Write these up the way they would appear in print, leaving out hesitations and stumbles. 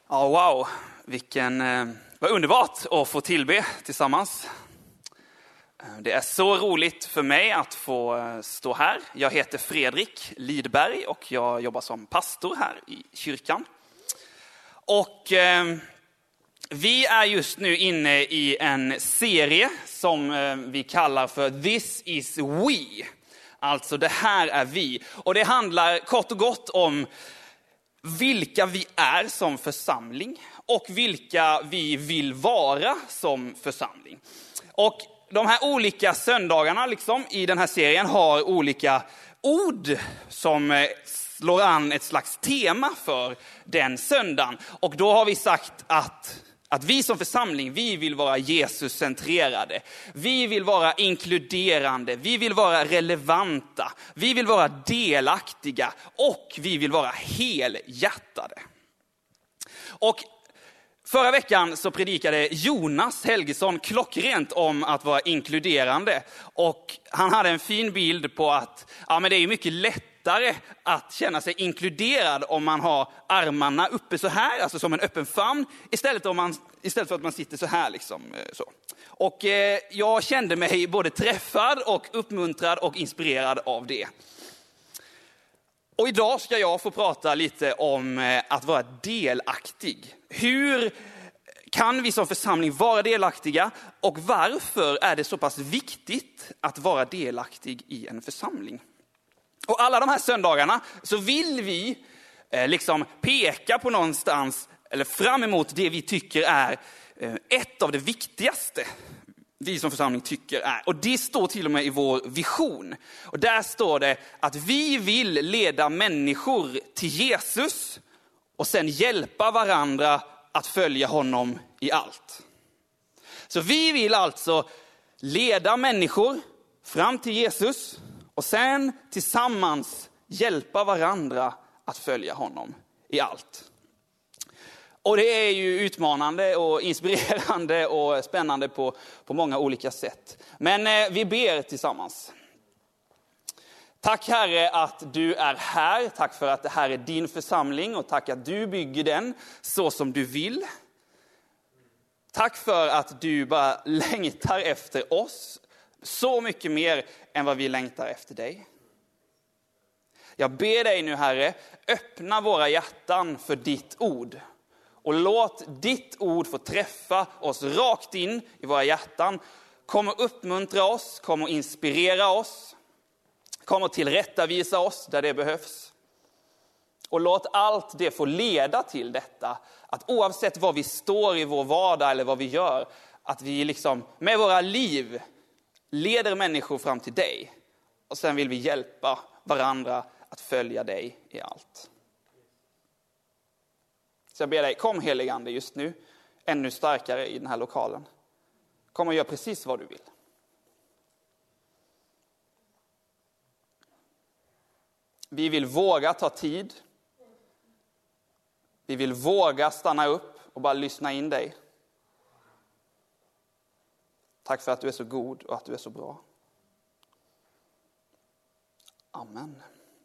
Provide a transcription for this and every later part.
Ja, wow. Vad underbart att få tillbe tillsammans. Det är så roligt för mig att få stå här. Jag heter Fredrik Lidberg och jag jobbar som pastor här i kyrkan. Och vi är just nu inne i en serie som vi kallar för This is we. Alltså det här är vi. Och det handlar kort och gott om vilka vi är som församling och vilka vi vill vara som församling. Och de här olika söndagarna i den här serien har olika ord som slår an ett slags tema för den söndagen. Och då har vi sagt att vi som församling, vi vill vara Jesus-centrerade. Vi vill vara inkluderande, vi vill vara relevanta, vi vill vara delaktiga och vi vill vara helhjärtade. Och förra veckan så predikade Jonas Helgesson klockrent om att vara inkluderande. Och han hade en fin bild på att men det är mycket lättare att känna sig inkluderad om man har armarna uppe så här, alltså som en öppen famn, istället för att man sitter så här så. Och jag kände mig både träffad och uppmuntrad och inspirerad av det. Och idag ska jag få prata lite om att vara delaktig. Hur kan vi som församling vara delaktiga och varför är det så pass viktigt att vara delaktig i en församling? Och alla de här söndagarna så vill vi peka på någonstans eller fram emot det vi tycker är ett av det viktigaste vi som församling tycker är. Och det står till och med i vår vision. Och där står det att vi vill leda människor till Jesus och sen hjälpa varandra att följa honom i allt. Så vi vill alltså leda människor fram till Jesus och sen tillsammans hjälpa varandra att följa honom i allt. Och det är ju utmanande och inspirerande och spännande på många olika sätt. Men vi ber tillsammans. Tack Herre att du är här. Tack för att det här är din församling och tack att du bygger den så som du vill. Tack för att du bara längtar efter oss så mycket mer än vad vi längtar efter dig. Jag ber dig nu Herre, öppna våra hjärtan för ditt ord. Och låt ditt ord få träffa oss rakt in i våra hjärtan. Kom och uppmuntra oss, kom och inspirera oss. Kom och tillrättavisa oss där det behövs. Och låt allt det få leda till detta. Att oavsett vad vi står i vår vardag eller vad vi gör. Att vi med våra liv leder människor fram till dig. Och sen vill vi hjälpa varandra att följa dig i allt. Så jag ber dig, kom helige Ande just nu. Ännu starkare i den här lokalen. Kom och gör precis vad du vill. Vi vill våga ta tid. Vi vill våga stanna upp och bara lyssna in dig. Tack för att du är så god och att du är så bra. Amen.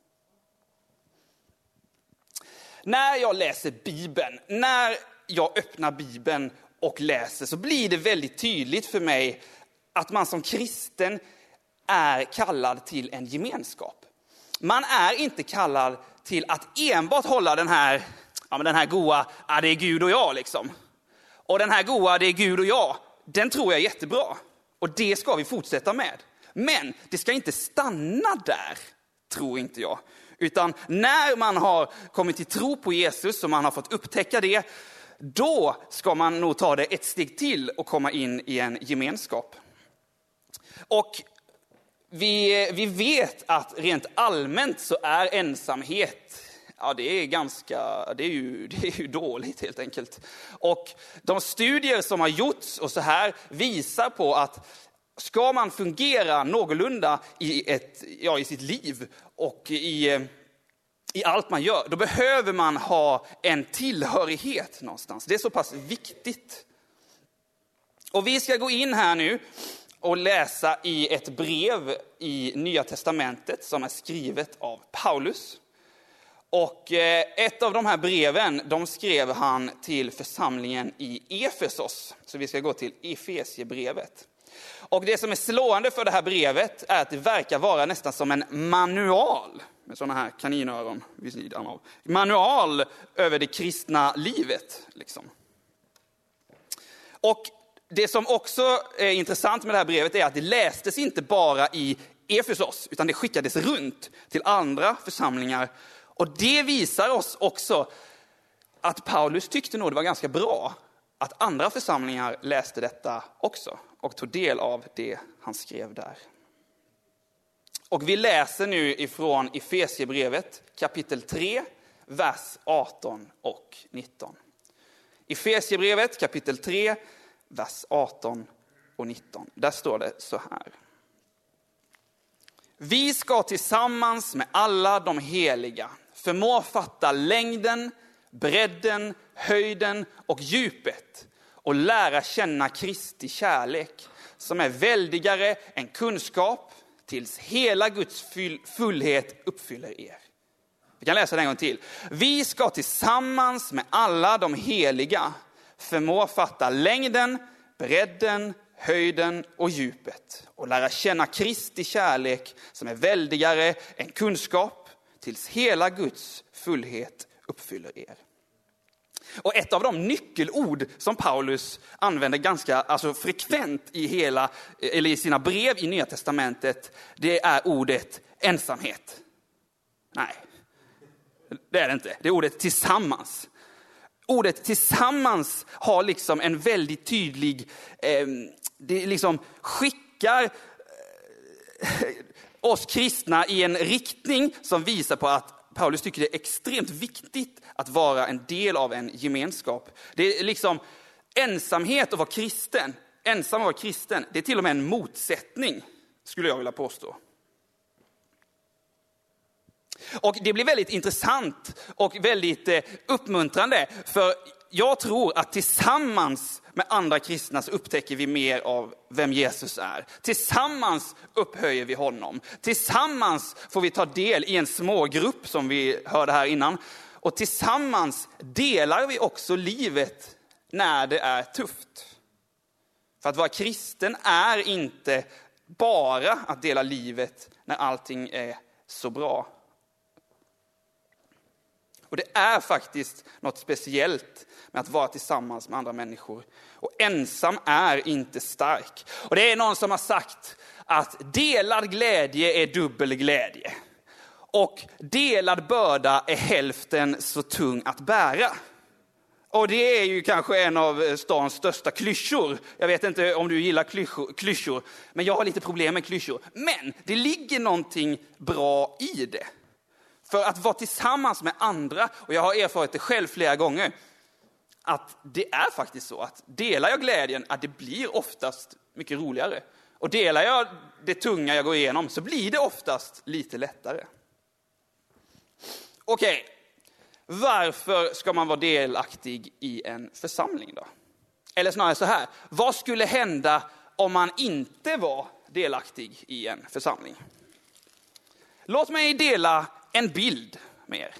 När jag läser Bibeln, när jag öppnar Bibeln och läser så blir det väldigt tydligt för mig att man som kristen är kallad till en gemenskap. Man är inte kallad till att enbart hålla den här goa, det är Gud och jag Och den här goa, det är Gud och jag, den tror jag är jättebra. Och det ska vi fortsätta med. Men det ska inte stanna där, tror inte jag. Utan när man har kommit till tro på Jesus och man har fått upptäcka det, då ska man nog ta det ett steg till och komma in i en gemenskap. Och vi vet att rent allmänt så är ensamhet, det är ju dåligt helt enkelt. Och de studier som har gjorts och så här visar på att ska man fungera någorlunda i sitt liv och i allt man gör, då behöver man ha en tillhörighet någonstans. Det är så pass viktigt. Och vi ska gå in här nu och läsa i ett brev i Nya Testamentet som är skrivet av Paulus. Och ett av de här breven, de skrev han till församlingen i Efesos. Så vi ska gå till Efesiebrevet. Och det som är slående för det här brevet är att det verkar vara nästan som en manual. Med sådana här kaninöron vid sidan av. Manual över det kristna livet. Liksom. Och det som också är intressant med det här brevet är att det lästes inte bara i Efesos. Utan det skickades runt till andra församlingar. Och det visar oss också att Paulus tyckte nog det var ganska bra att andra församlingar läste detta också och tog del av det han skrev där. Och vi läser nu ifrån Efesiebrevet kapitel 3, vers 18 och 19. Efesiebrevet kapitel 3, vers 18 och 19. Där står det så här. Vi ska tillsammans med alla de heliga förmå fatta längden, bredden, höjden och djupet och lära känna Kristi kärlek som är väldigare än kunskap tills hela Guds fullhet uppfyller er. Vi kan läsa det en gång till. Vi ska tillsammans med alla de heliga förmå fatta längden, bredden, höjden och djupet och lära känna Kristi kärlek som är väldigare än kunskap tills hela Guds fullhet uppfyller er. Och ett av de nyckelord som Paulus använder ganska frekvent i sina brev i Nya testamentet, det är ordet ensamhet. Nej, det är det inte. Det är ordet tillsammans. Ordet tillsammans har liksom en väldigt tydlig, det liksom skickar oss kristna i en riktning som visar på att Paulus tycker det är extremt viktigt att vara en del av en gemenskap. Det är liksom ensamhet att vara kristen. Ensam att vara kristen, det är till och med en motsättning, skulle jag vilja påstå. Och det blir väldigt intressant och väldigt uppmuntrande. För jag tror att tillsammans med andra kristna så upptäcker vi mer av vem Jesus är. Tillsammans upphöjer vi honom. Tillsammans får vi ta del i en smågrupp som vi hörde här innan. Och tillsammans delar vi också livet när det är tufft. För att vara kristen är inte bara att dela livet när allting är så bra. Och det är faktiskt något speciellt med att vara tillsammans med andra människor. Och ensam är inte stark. Och det är någon som har sagt att delad glädje är dubbel glädje. Och delad börda är hälften så tung att bära. Och det är ju kanske en av stans största klyschor. Jag vet inte om du gillar klyschor. Men jag har lite problem med klyschor. Men det ligger någonting bra i det. För att vara tillsammans med andra, och jag har erfarit det själv flera gånger, att det är faktiskt så att delar jag glädjen, att det blir oftast mycket roligare. Och delar jag det tunga jag går igenom så blir det oftast lite lättare. Okej, varför ska man vara delaktig i en församling då? Eller snarare så här, vad skulle hända om man inte var delaktig i en församling? Låt mig dela en bild med er.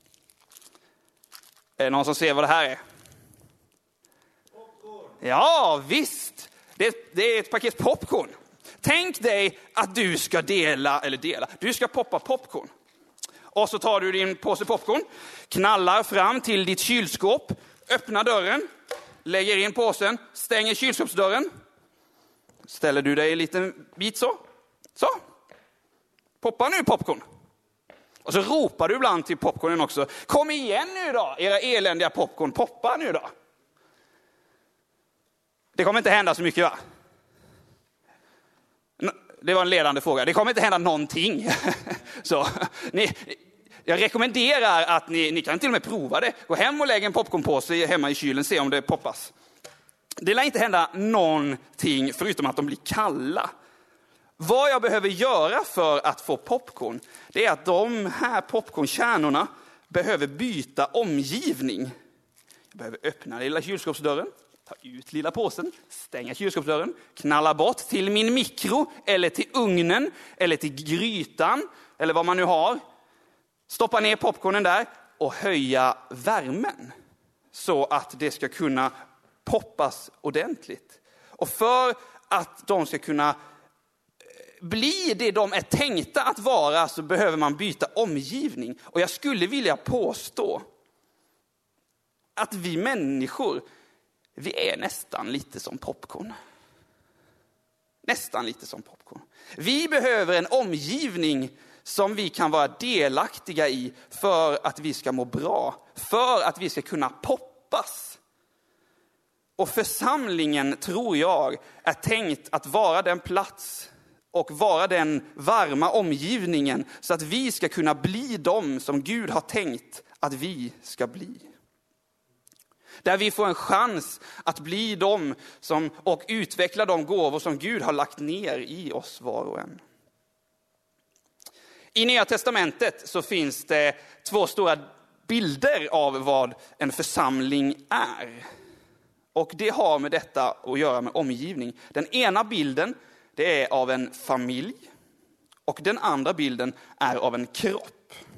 Är det någon som ser vad det här är? Popcorn. Ja, visst. Det är ett paket popcorn. Tänk dig att du ska du ska poppa popcorn. Och så tar du din påse popcorn, knallar fram till ditt kylskåp, öppnar dörren, lägger in påsen, stänger kylskåpsdörren. Ställer du dig en liten bit så. Så. Poppa nu popcorn. Och så ropar du ibland till popcornen också. Kom igen nu då, era eländiga popcorn. Poppa nu då. Det kommer inte hända så mycket, va? Det var en ledande fråga. Det kommer inte hända någonting. Så, jag rekommenderar att ni kan till och med prova det. Gå hem och lägg en popcornpåse hemma i kylen. Se om det poppas. Det lär inte hända någonting förutom att de blir kalla. Vad jag behöver göra för att få popcorn, det är att de här popcornkärnorna behöver byta omgivning. Jag behöver öppna lilla kylskåpsdörren, ta ut lilla påsen, stänga kylskåpsdörren, knalla bort till min mikro eller till ugnen eller till grytan eller vad man nu har. Stoppa ner popcornen där och höja värmen så att det ska kunna poppas ordentligt. Och för att de ska kunna bli det de är tänkta att vara så behöver man byta omgivning. Och jag skulle vilja påstå att vi människor, vi är nästan lite som popcorn. Nästan lite som popcorn. Vi behöver en omgivning som vi kan vara delaktiga i för att vi ska må bra. För att vi ska kunna poppas. Och församlingen, tror jag, är tänkt att vara den plats och vara den varma omgivningen så att vi ska kunna bli de som Gud har tänkt att vi ska bli. Där vi får en chans att bli de som, och utveckla de gåvor som Gud har lagt ner i oss var och en. I Nya testamentet så finns det 2 stora bilder av vad en församling är. Och det har med detta att göra med omgivning. Den ena bilden, det är av en familj. Och den andra bilden är av en kropp.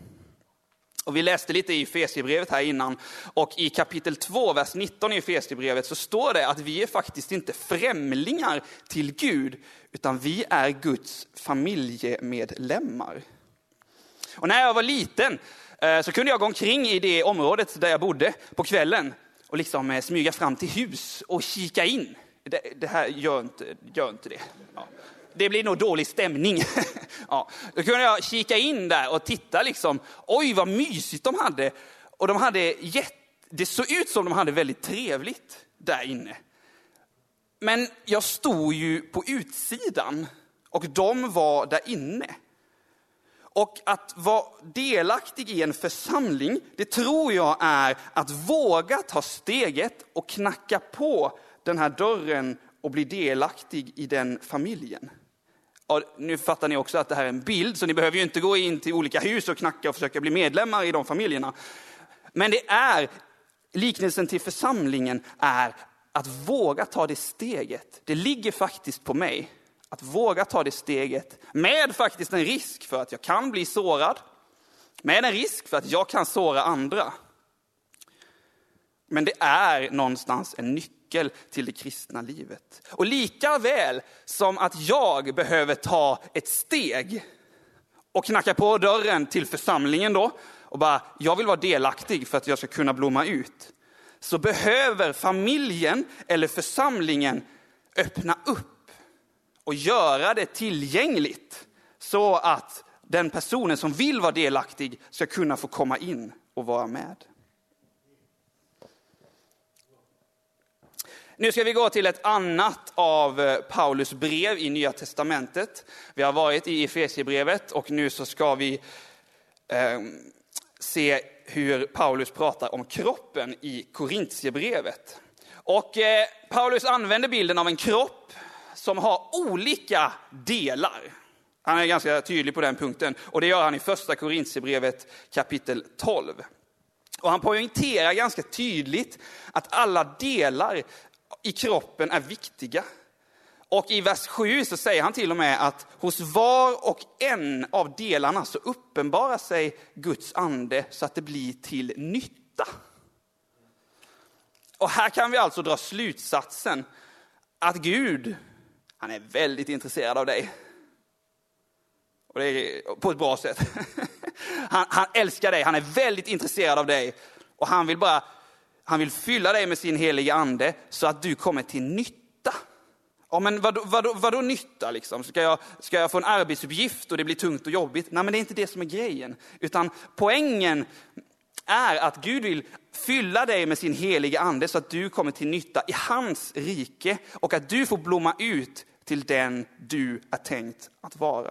Och vi läste lite i Efesierbrevet här innan. Och i kapitel 2, vers 19 i Efesierbrevet så står det att vi är faktiskt inte främlingar till Gud. Utan vi är Guds familjemedlemmar. Och när jag var liten så kunde jag gå omkring i det området där jag bodde på kvällen. Och liksom smyga fram till hus och kika in. Det här gör inte det. Ja. Det blir nog dålig stämning. Ja. Då kunde jag kika in där och titta liksom. Oj, vad mysigt de hade. Och det såg ut som de hade väldigt trevligt där inne. Men jag stod ju på utsidan. Och de var där inne. Och att vara delaktig i en församling, det tror jag är att våga ta steget och knacka på den här dörren och bli delaktig i den familjen. Och nu fattar ni också att det här är en bild, så ni behöver ju inte gå in till olika hus och knacka och försöka bli medlemmar i de familjerna. Men det är, liknelsen till församlingen är att våga ta det steget. Det ligger faktiskt på mig. Att våga ta det steget med faktiskt en risk för att jag kan bli sårad. Med en risk för att jag kan såra andra. Men det är någonstans en nyckel till det kristna livet. Och lika väl som att jag behöver ta ett steg och knacka på dörren till församlingen då. Och bara, jag vill vara delaktig för att jag ska kunna blomma ut. Så behöver familjen eller församlingen öppna upp. Och göra det tillgängligt så att den personen som vill vara delaktig ska kunna få komma in och vara med. Nu ska vi gå till ett annat av Paulus brev i Nya testamentet. Vi har varit i Efesierbrevet och nu så ska vi se hur Paulus pratar om kroppen i Korintierbrevet. Och Paulus använder bilden av en kropp som har olika delar. Han är ganska tydlig på den punkten. Och det gör han i första Korintierbrevet kapitel 12. Och han poängterar ganska tydligt att alla delar i kroppen är viktiga. Och i vers 7 så säger han till och med att hos var och en av delarna så uppenbarar sig Guds ande så att det blir till nytta. Och här kan vi alltså dra slutsatsen att Gud, han är väldigt intresserad av dig. Och det är på ett bra sätt. Han älskar dig, han är väldigt intresserad av dig. Och han vill fylla dig med sin heliga ande så att du kommer till nytta. Ja, men vadå nytta liksom? Ska jag få en arbetsuppgift och det blir tungt och jobbigt? Nej, men det är inte det som är grejen. Utan poängen är att Gud vill fylla dig med sin heliga ande så att du kommer till nytta i hans rike. Och att du får blomma ut till den du är tänkt att vara.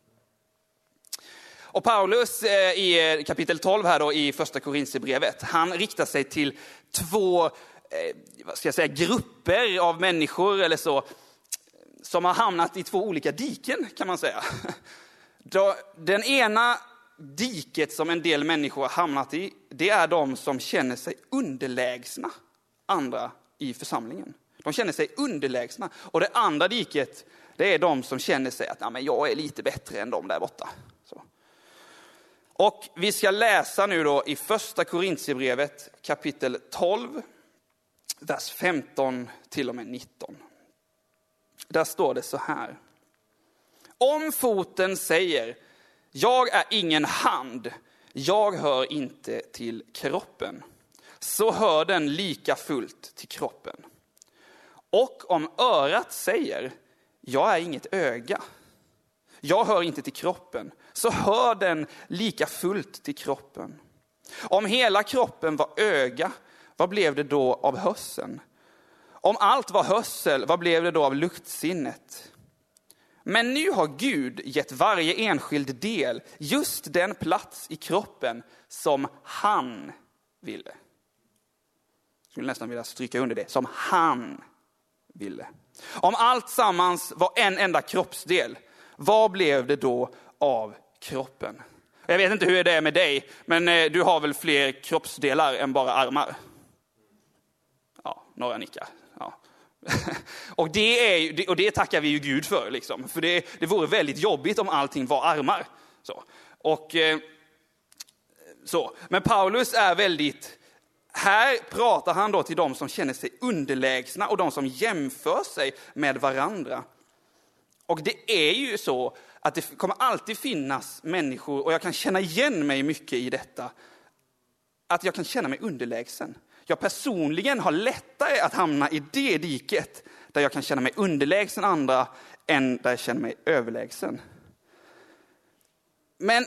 Och Paulus i kapitel 12 här då i första Korintierbrevet, han riktar sig till två grupper av människor eller så, som har hamnat i två olika diken kan man säga. Den ena diket som en del människor har hamnat i, det är de som känner sig underlägsna andra i församlingen. De känner sig underlägsna. Och det andra diket, det är de som känner sig att men jag är lite bättre än de där borta. Så. Och vi ska läsa nu då i första Korintierbrevet kapitel 12, vers 15 till och med 19. Där står det så här. Om foten säger, jag är ingen hand, jag hör inte till kroppen, så hör den lika fullt till kroppen. Och om örat säger, jag är inget öga, jag hör inte till kroppen, så hör den lika fullt till kroppen. Om hela kroppen var öga, vad blev det då av hörseln? Om allt var hörsel, vad blev det då av luktsinnet? Men nu har Gud gett varje enskild del just den plats i kroppen som han ville. Jag skulle nästan vilja stryka under det, som han ville. Om allt sammans var en enda kroppsdel, vad blev det då av kroppen? Jag vet inte hur det är med dig, men du har väl fler kroppsdelar än bara armar? Ja, några nickar. Ja. Och det tackar vi ju Gud för, liksom. För det vore väldigt jobbigt om allting var armar. Så. Men Paulus är väldigt... Här pratar han då till de som känner sig underlägsna och de som jämför sig med varandra. Och det är ju så att det kommer alltid finnas människor, och jag kan känna igen mig mycket i detta, att jag kan känna mig underlägsen. Jag personligen har lättare att hamna i det diket där jag kan känna mig underlägsen andra än där jag känner mig överlägsen. Men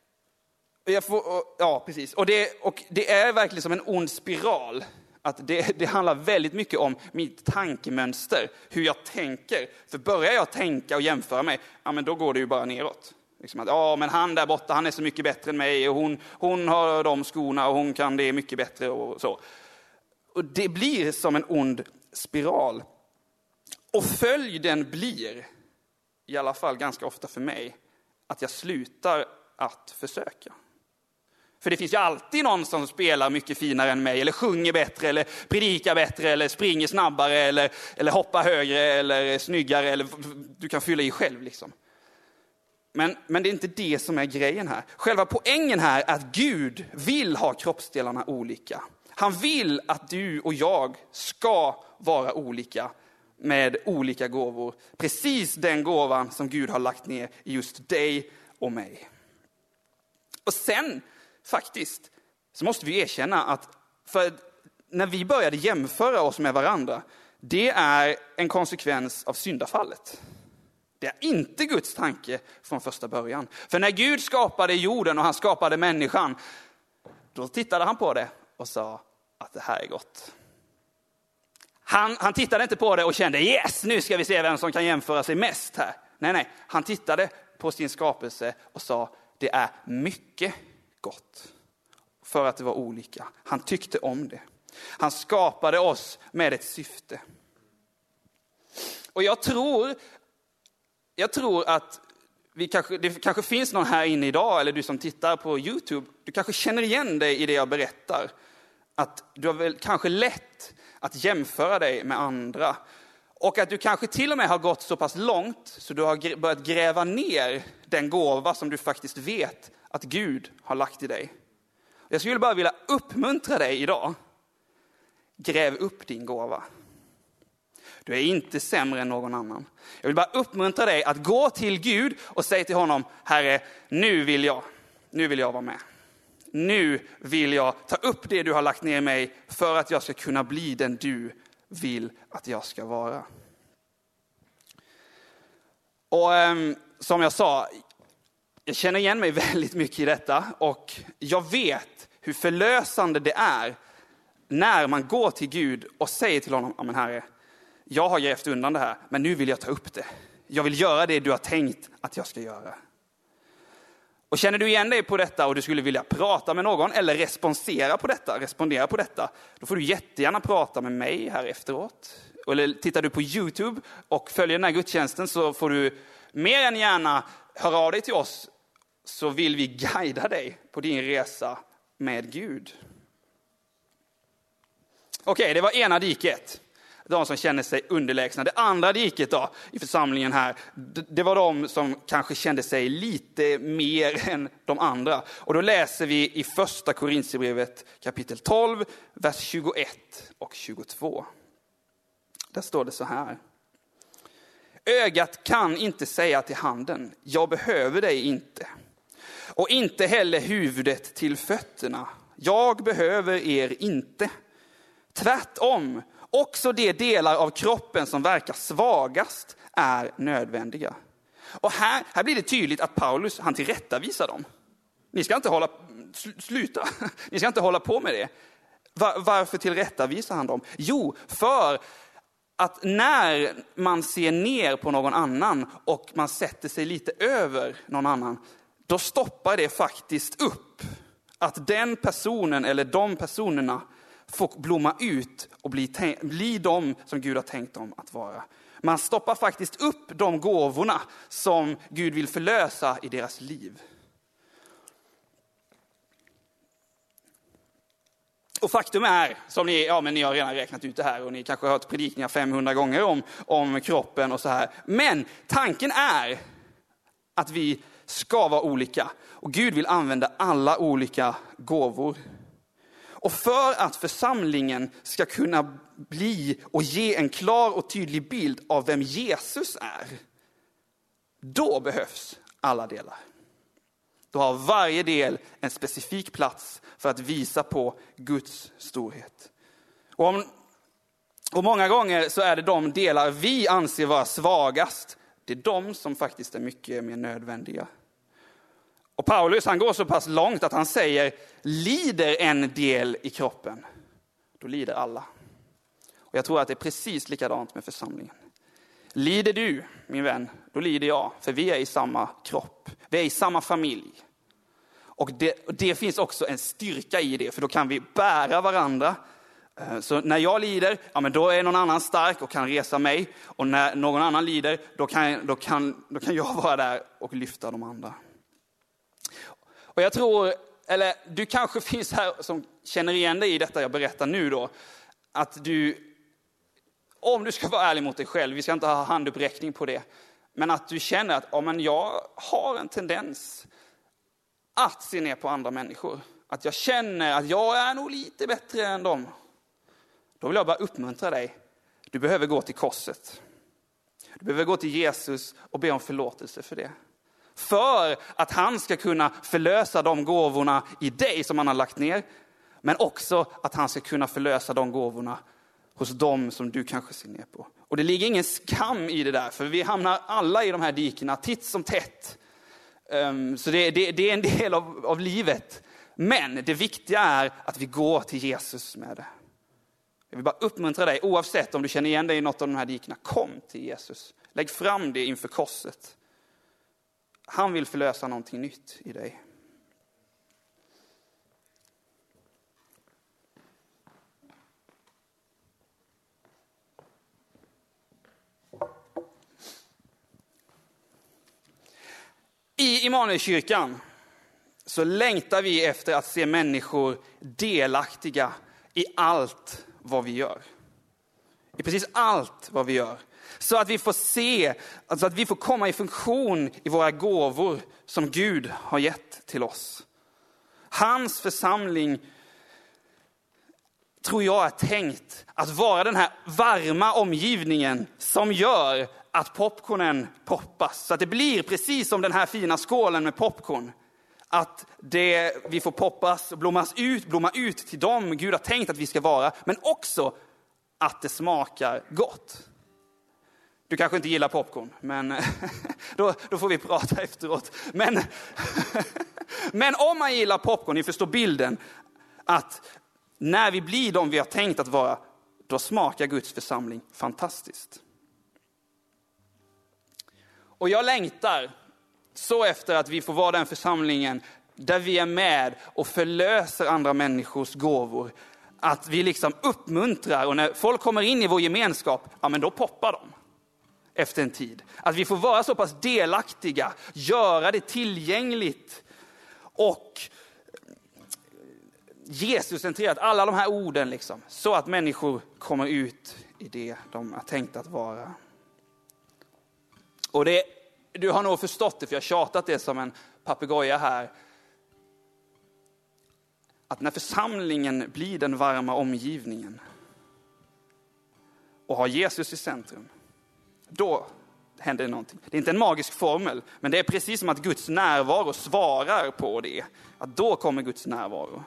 precis. Och det är verkligen som en ond spiral. Att det handlar väldigt mycket om mitt tankemönster, hur jag tänker. För börjar jag tänka och jämföra mig, ja, men då går det ju bara neråt. Liksom att, men han där borta, han är så mycket bättre än mig, och hon har de skorna och hon kan det mycket bättre och så. Och det blir som en ond spiral. Och följden blir, i alla fall ganska ofta för mig, att jag slutar att försöka. För det finns ju alltid någon som spelar mycket finare än mig, eller sjunger bättre, eller predikar bättre, eller springer snabbare, eller hoppar högre, eller snyggare, eller du kan fylla i själv liksom. Men det är inte det som är grejen här. Själva poängen här är att Gud vill ha kroppsdelarna olika. Han vill att du och jag ska vara olika med olika gåvor. Precis den gåvan som Gud har lagt ner i just dig och mig. Och sen faktiskt så måste vi erkänna att för när vi började jämföra oss med varandra, det är en konsekvens av syndafallet. Det är inte Guds tanke från första början. För när Gud skapade jorden och han skapade människan, då tittade han på det och sa att det här är gott. Han tittade inte på det och kände, yes, nu ska vi se vem som kan jämföra sig mest här. Nej, han tittade på sin skapelse och sa, det är mycket gott. För att det var olika. Han tyckte om det. Han skapade oss med ett syfte. Och jag tror att det kanske finns någon här inne idag, eller du som tittar på YouTube, du kanske känner igen dig i det jag berättar. Att du har väl kanske lätt att jämföra dig med andra. Och att du kanske till och med har gått så pass långt så du har börjat gräva ner den gåva som du faktiskt vet att Gud har lagt i dig. Jag skulle bara vilja uppmuntra dig idag. Gräv upp din gåva. Du är inte sämre än någon annan. Jag vill bara uppmuntra dig att gå till Gud och säga till honom, Herre, nu vill jag vara med. Nu vill jag ta upp det du har lagt ner i mig för att jag ska kunna bli den du vill att jag ska vara. Och som jag sa, jag känner igen mig väldigt mycket i detta, och jag vet hur förlösande det är när man går till Gud och säger till honom, men Herre, jag har grävt undan det här, men nu vill jag ta upp det. Jag vill göra det du har tänkt att jag ska göra. Och känner du igen dig på detta och du skulle vilja prata med någon eller respondera på detta, då får du jättegärna prata med mig här efteråt. Eller tittar du på YouTube och följer den här gudstjänsten, så får du mer än gärna höra av dig till oss, så vill vi guida dig på din resa med Gud. Okej, det var ena diket. de som känner sig underlägsna. Det andra diket då i församlingen här, det var de som kanske kände sig lite mer än de andra. Och då läser vi i första Korinthierbrevet kapitel 12, vers 21 och 22. Där står det så här. Ögat kan inte säga till handen, jag behöver dig inte. Och inte heller huvudet till fötterna, jag behöver er inte. Tvärtom, också de delar av kroppen som verkar svagast är nödvändiga. Och här blir det tydligt att Paulus, han tillrättavisar dem. Ni ska inte sluta. Ni ska inte hålla på med det. Varför tillrättavisar han dem? Jo, för att när man ser ner på någon annan och man sätter sig lite över någon annan, då stoppar det faktiskt upp att den personen eller de personerna får blomma ut och bli de som Gud har tänkt dem att vara. Man stoppar faktiskt upp de gåvorna som Gud vill förlösa i deras liv. Och faktum är, som ni har redan räknat ut det här och ni kanske har hört predikningar 500 gånger om kroppen och så här. Men tanken är att vi ska vara olika. Och Gud vill använda alla olika gåvor. Och för att församlingen ska kunna bli och ge en klar och tydlig bild av vem Jesus är, då behövs alla delar. Då har varje del en specifik plats för att visa på Guds storhet. Och många gånger så är det de delar vi anser vara svagast, det är de som faktiskt är mycket mer nödvändiga. Och Paulus, han går så pass långt att han säger, lider en del i kroppen, då lider alla. Och jag tror att det är precis likadant med församlingen. Lider du, min vän, då lider jag. För vi är i samma kropp. Vi är i samma familj. Och det finns också en styrka i det. För då kan vi bära varandra. Så när jag lider, ja, men då är någon annan stark och kan resa mig. Och när någon annan lider, då kan jag vara där och lyfta de andra. Och jag tror, eller du kanske finns här som känner igen dig i detta jag berättar nu då. Att du, om du ska vara ärlig mot dig själv, vi ska inte ha handuppräckning på det. Men att du känner att jag har en tendens att se ner på andra människor. Att jag känner att jag är nog lite bättre än dem. Då vill jag bara uppmuntra dig. Du behöver gå till korset. Du behöver gå till Jesus och be om förlåtelse för det. För att han ska kunna förlösa de gåvorna i dig som han har lagt ner. Men också att han ska kunna förlösa de gåvorna hos dem som du kanske ser ner på. Och det ligger ingen skam i det där. För vi hamnar alla i de här dikena titt som tätt. Så det är en del av livet. Men det viktiga är att vi går till Jesus med det. Jag vill bara uppmuntra dig, oavsett om du känner igen dig i något av de här dikena. Kom till Jesus. Lägg fram det inför korset. Han vill förlösa någonting nytt i dig. I Immanuelskyrkan så längtar vi efter att se människor delaktiga i allt vad vi gör. I precis allt vad vi gör. Så att vi får se, alltså att vi får komma i funktion i våra gåvor som Gud har gett till oss. Hans församling tror jag är tänkt att vara den här varma omgivningen som gör att popcornen poppas. Så att det blir precis som den här fina skålen med popcorn. Att vi får poppas och blomma ut till dem Gud har tänkt att vi ska vara. Men också att det smakar gott. Du kanske inte gillar popcorn, men då får vi prata efteråt. Men om man gillar popcorn, ni förstår bilden, att när vi blir de vi har tänkt att vara, då smakar Guds församling fantastiskt. Och jag längtar så efter att vi får vara den församlingen där vi är med och förlöser andra människors gåvor. Att vi liksom uppmuntrar, och när folk kommer in i vår gemenskap, ja men då poppar de efter en tid. Att vi får vara så pass delaktiga, göra det tillgängligt och Jesus-centrerat, alla de här orden liksom, så att människor kommer ut i det de är tänkt att vara. Och du har nog förstått det, för jag har tjatat det som en papegoja här. Att när församlingen blir den varma omgivningen och har Jesus i centrum, då händer det någonting. Det är inte en magisk formel, men det är precis som att Guds närvaro svarar på det. Att då kommer Guds närvaro.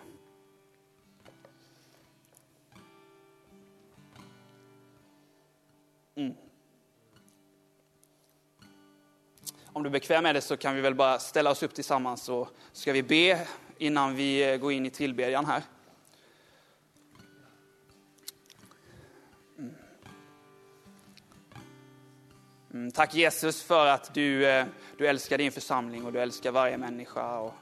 Om du är bekväm med det så kan vi väl bara ställa oss upp tillsammans, så ska vi be innan vi går in i tillbedjan här. Tack Jesus för att du älskar din församling och du älskar varje människa. Och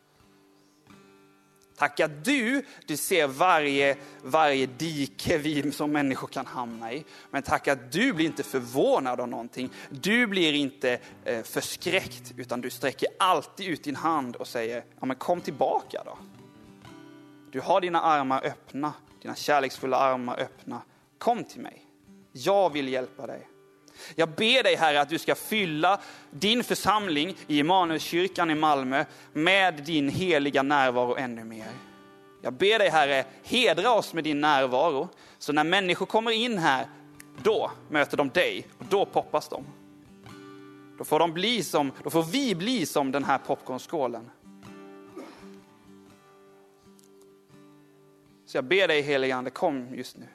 tack att du ser varje dike vi som människor kan hamna i. Men tack att du blir inte förvånad av någonting. Du blir inte förskräckt, utan du sträcker alltid ut din hand och säger, ja men kom tillbaka då. Du har dina armar öppna, dina kärleksfulla armar öppna. Kom till mig. Jag vill hjälpa dig. Jag ber dig, Herre, att du ska fylla din församling i Immanuelskyrkan i Malmö med din heliga närvaro ännu mer. Jag ber dig, Herre, hedra oss med din närvaro. Så när människor kommer in här, då möter de dig och då poppas de. Då får vi bli som den här popcornskålen. Så jag ber dig, helige Ande, kom just nu.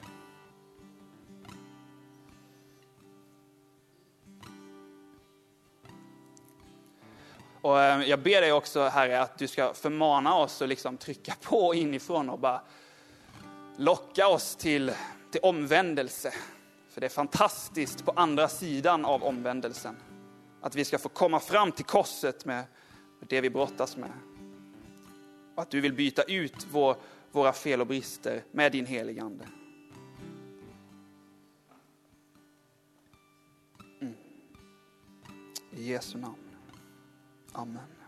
Och jag ber dig också, Herre, att du ska förmana oss och liksom trycka på inifrån och bara locka oss till omvändelse. För det är fantastiskt på andra sidan av omvändelsen. Att vi ska få komma fram till korset med det vi brottas med. Och att du vill byta ut våra fel och brister med din helige Ande. I Jesu namn. Amen.